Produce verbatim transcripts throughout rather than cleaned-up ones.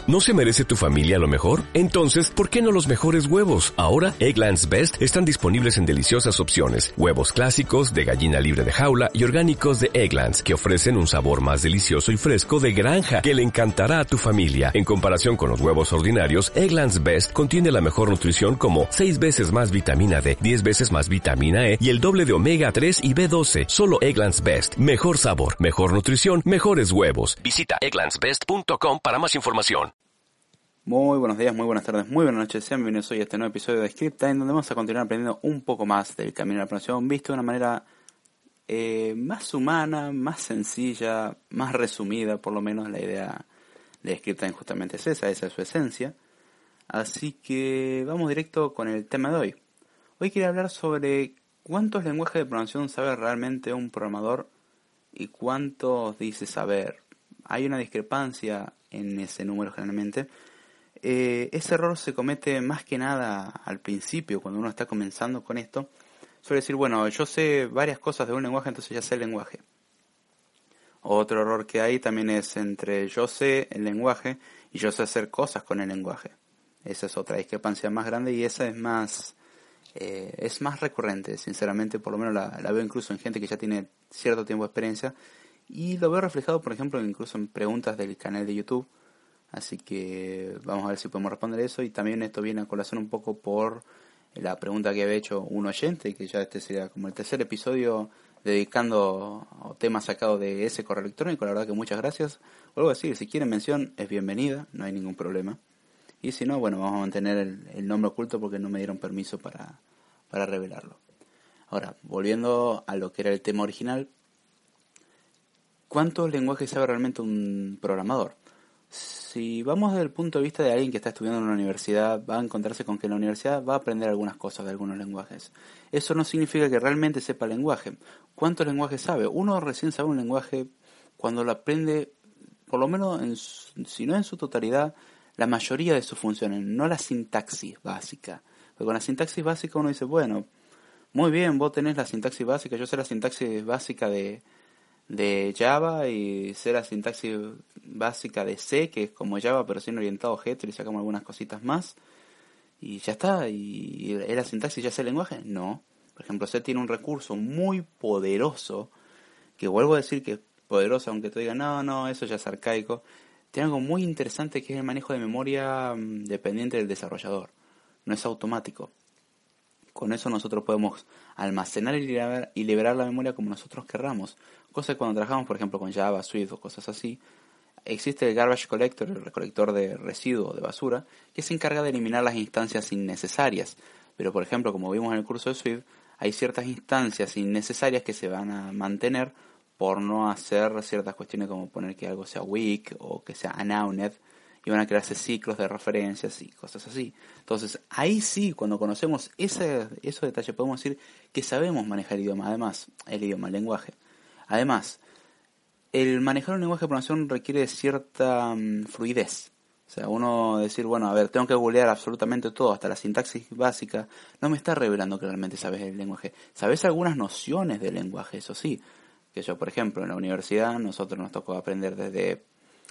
¿No se merece tu familia lo mejor? Entonces, ¿por qué no los mejores huevos? Ahora, Eggland's Best están disponibles en deliciosas opciones. Huevos clásicos, de gallina libre de jaula y orgánicos de Eggland's, que ofrecen un sabor más delicioso y fresco de granja que le encantará a tu familia. En comparación con los huevos ordinarios, Eggland's Best contiene la mejor nutrición como seis veces más vitamina D, diez veces más vitamina E y el doble de omega tres y B doce. Solo Eggland's Best. Mejor sabor, mejor nutrición, mejores huevos. Visita egglands best punto com para más información. Muy buenos días, muy buenas tardes, muy buenas noches, sean bienvenidos hoy a este nuevo episodio de Script Time, donde vamos a continuar aprendiendo un poco más del camino de la pronunciación, visto de una manera eh, más humana, más sencilla, más resumida. Por lo menos la idea de Script Time justamente es esa, esa es su esencia. Así que vamos directo con el tema de hoy. Hoy quiero hablar sobre cuántos lenguajes de programación sabe realmente un programador y cuántos dice saber. Hay una discrepancia en ese número generalmente. Eh, ese error se comete más que nada al principio, cuando uno está comenzando con esto. Suele decir, bueno, yo sé varias cosas de un lenguaje, entonces ya sé el lenguaje. Otro error que hay también es entre yo sé el lenguaje y yo sé hacer cosas con el lenguaje. Esa es otra discrepancia más grande y esa es más eh, es más recurrente, sinceramente. Por lo menos la, la veo incluso en gente que ya tiene cierto tiempo de experiencia, y lo veo reflejado, por ejemplo, incluso en preguntas del canal de YouTube. Así que vamos a ver si podemos responder eso. Y también esto viene a colación un poco por la pregunta que había hecho un oyente, que ya este sería como el tercer episodio dedicando temas sacados de ese correo electrónico. La verdad que muchas gracias. Vuelvo a decir, si quieren mención es bienvenida, no hay ningún problema. Y si no, bueno, vamos a mantener el, el nombre oculto porque no me dieron permiso para, para revelarlo. Ahora, volviendo a lo que era el tema original, ¿cuántos lenguajes sabe realmente un programador? Si vamos desde el punto de vista de alguien que está estudiando en una universidad, va a encontrarse con que en la universidad va a aprender algunas cosas de algunos lenguajes. Eso no significa que realmente sepa el lenguaje. ¿Cuántos lenguajes sabe? Uno recién sabe un lenguaje cuando lo aprende, por lo menos, en su, si no en su totalidad, la mayoría de sus funciones, no la sintaxis básica. Porque con la sintaxis básica uno dice, bueno, muy bien, vos tenés la sintaxis básica, yo sé la sintaxis básica de... de Java y sé la sintaxis básica de C, que es como Java pero sin orientado a objeto, y sacamos algunas cositas más y ya está. ¿Y es la sintaxis, ya sé el lenguaje? No. Por ejemplo, C tiene un recurso muy poderoso, que vuelvo a decir que es poderoso, aunque te digan no, no, eso ya es arcaico. Tiene algo muy interesante que es el manejo de memoria mmm, dependiente del desarrollador. No es automático. Con eso nosotros podemos almacenar y liberar, y liberar la memoria como nosotros querramos. Cosa que cuando trabajamos, por ejemplo, con Java, Swift o cosas así, existe el Garbage Collector, el recolector de residuos, de basura, que se encarga de eliminar las instancias innecesarias. Pero, por ejemplo, como vimos en el curso de Swift, hay ciertas instancias innecesarias que se van a mantener por no hacer ciertas cuestiones como poner que algo sea weak o que sea unnamed, y van a crearse ciclos de referencias y cosas así. Entonces, ahí sí, cuando conocemos ese, esos detalles, podemos decir que sabemos manejar el idioma, además, el idioma, el lenguaje. Además, el manejar un lenguaje de programación requiere cierta um, fluidez. O sea, uno decir, bueno, a ver, tengo que googlear absolutamente todo, hasta la sintaxis básica, no me está revelando que realmente sabes el lenguaje. Sabes algunas nociones del lenguaje, eso sí. Que yo, por ejemplo, en la universidad, nosotros nos tocó aprender desde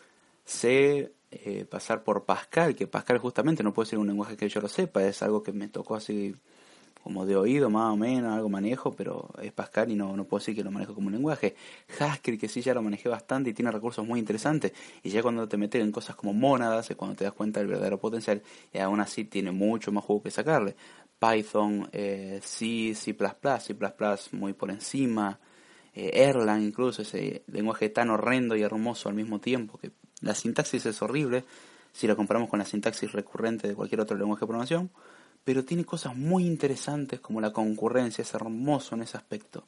C, eh, pasar por Pascal, que Pascal justamente no puede ser un lenguaje que yo lo sepa, es algo que me tocó así como de oído más o menos, algo manejo, pero es Pascal y no, no puedo decir que lo manejo como un lenguaje. Haskell, que sí ya lo manejé bastante y tiene recursos muy interesantes, y ya cuando te metes en cosas como mónadas es cuando te das cuenta del verdadero potencial, y aún así tiene mucho más jugo que sacarle. Python, eh, C, C++, C++ muy por encima, eh, Erlang incluso, ese lenguaje tan horrendo y hermoso al mismo tiempo, que la sintaxis es horrible si la comparamos con la sintaxis recurrente de cualquier otro lenguaje de programación, pero tiene cosas muy interesantes como la concurrencia, es hermoso en ese aspecto.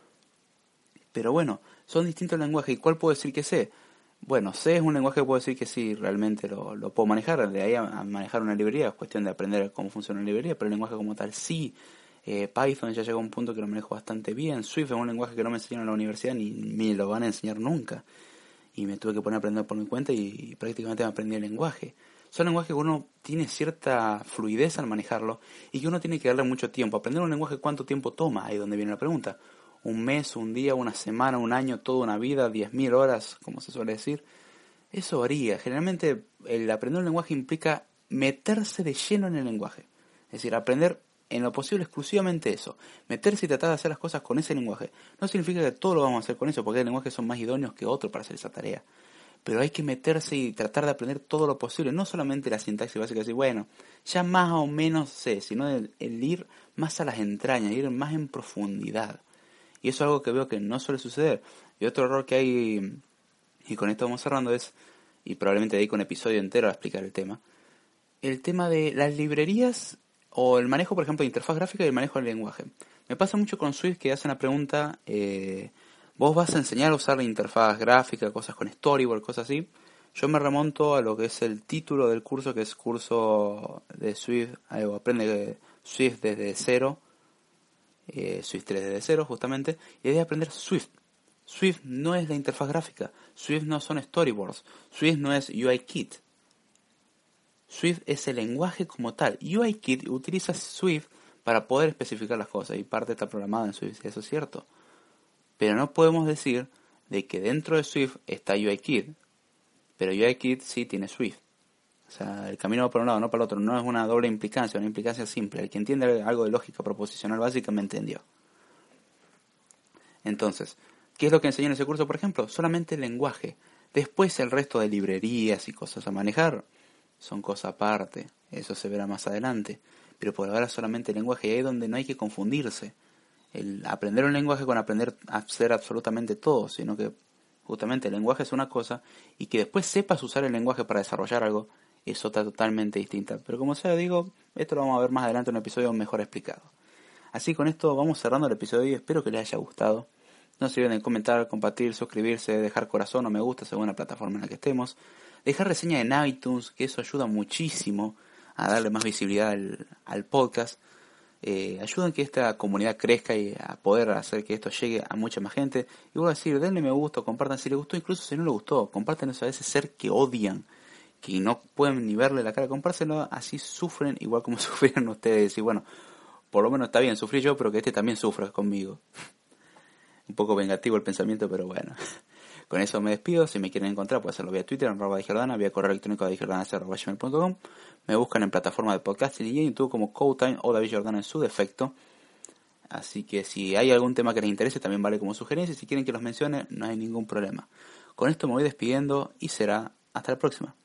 Pero bueno, son distintos lenguajes. ¿Y cuál puedo decir que sé? Bueno, C es un lenguaje que puedo decir que sí, realmente lo, lo puedo manejar. De ahí a, a manejar una librería es cuestión de aprender cómo funciona una librería, pero el lenguaje como tal sí. Eh, Python ya llegó a un punto que lo manejo bastante bien. Swift es un lenguaje que no me enseñaron en la universidad ni me lo van a enseñar nunca. Y me tuve que poner a aprender por mi cuenta y, y prácticamente me aprendí el lenguaje. Son lenguajes que uno tiene cierta fluidez al manejarlo y que uno tiene que darle mucho tiempo. Aprender un lenguaje, ¿cuánto tiempo toma? Ahí es donde viene la pregunta. Un mes, un día, una semana, un año, toda una vida, diez mil horas, como se suele decir. Eso varía. Generalmente el aprender un lenguaje implica meterse de lleno en el lenguaje. Es decir, aprender en lo posible exclusivamente eso. Meterse y tratar de hacer las cosas con ese lenguaje. No significa que todo lo vamos a hacer con eso, porque hay lenguajes que son más idóneos que otros para hacer esa tarea. Pero hay que meterse y tratar de aprender todo lo posible. No solamente la sintaxis básica, decir, bueno, ya más o menos sé, sino el, el ir más a las entrañas, ir más en profundidad. Y eso es algo que veo que no suele suceder. Y otro error que hay, y con esto vamos cerrando, es, y probablemente dedico un episodio entero a explicar el tema, el tema de las librerías o el manejo, por ejemplo, de interfaz gráfica y el manejo del lenguaje. Me pasa mucho con Swift que hacen la pregunta, eh, vos vas a enseñar a usar la interfaz gráfica, cosas con storyboard, cosas así. Yo me remonto a lo que es el título del curso, que es curso de Swift, eh, o aprende Swift desde cero, eh, Swift tres desde cero justamente, y es de aprender Swift. Swift no es la interfaz gráfica, Swift no son storyboards, Swift no es U I Kit. Swift es el lenguaje como tal. U I Kit utiliza Swift para poder especificar las cosas y parte está programada en Swift, eso es cierto. Pero no podemos decir de que dentro de Swift está U I Kit, pero U I Kit sí tiene Swift. O sea, el camino va para un lado, no para el otro. No es una doble implicancia, una implicancia simple. El que entiende algo de lógica proposicional básica me entendió. Entonces, ¿qué es lo que enseñé en ese curso, por ejemplo? Solamente el lenguaje. Después el resto de librerías y cosas a manejar son cosas aparte. Eso se verá más adelante. Pero por ahora solamente el lenguaje. Y ahí es donde no hay que confundirse. El aprender un lenguaje con aprender a hacer absolutamente todo. Sino que justamente el lenguaje es una cosa. Y que después sepas usar el lenguaje para desarrollar algo es otra totalmente distinta. Pero como sea, digo, esto lo vamos a ver más adelante en un episodio mejor explicado. Así con esto vamos cerrando el episodio y espero que les haya gustado. No se olviden de comentar, compartir, suscribirse, dejar corazón o me gusta según la plataforma en la que estemos. Dejar reseña en iTunes, que eso ayuda muchísimo a darle más visibilidad al, al podcast. Eh, ayudan que esta comunidad crezca y a poder hacer que esto llegue a mucha más gente. Y vuelvo a decir, denle me gusta, compartan si les gustó, incluso si no les gustó. Compartan eso a ese ser que odian, que no pueden ni verle la cara. Compárselo, así sufren igual como sufrieron ustedes. Y bueno, por lo menos está bien, sufrí yo, pero que este también sufra conmigo. Un poco vengativo el pensamiento, pero bueno. Con eso me despido. Si me quieren encontrar, pueden hacerlo vía Twitter, arroba dijordana, vía correo electrónico a dijordana arroba gmail punto com. Me buscan en plataforma de podcasting y en YouTube como Codetime o David Jordana en su defecto. Así que si hay algún tema que les interese, también vale como sugerencia. Si quieren que los mencione, no hay ningún problema. Con esto me voy despidiendo y será hasta la próxima.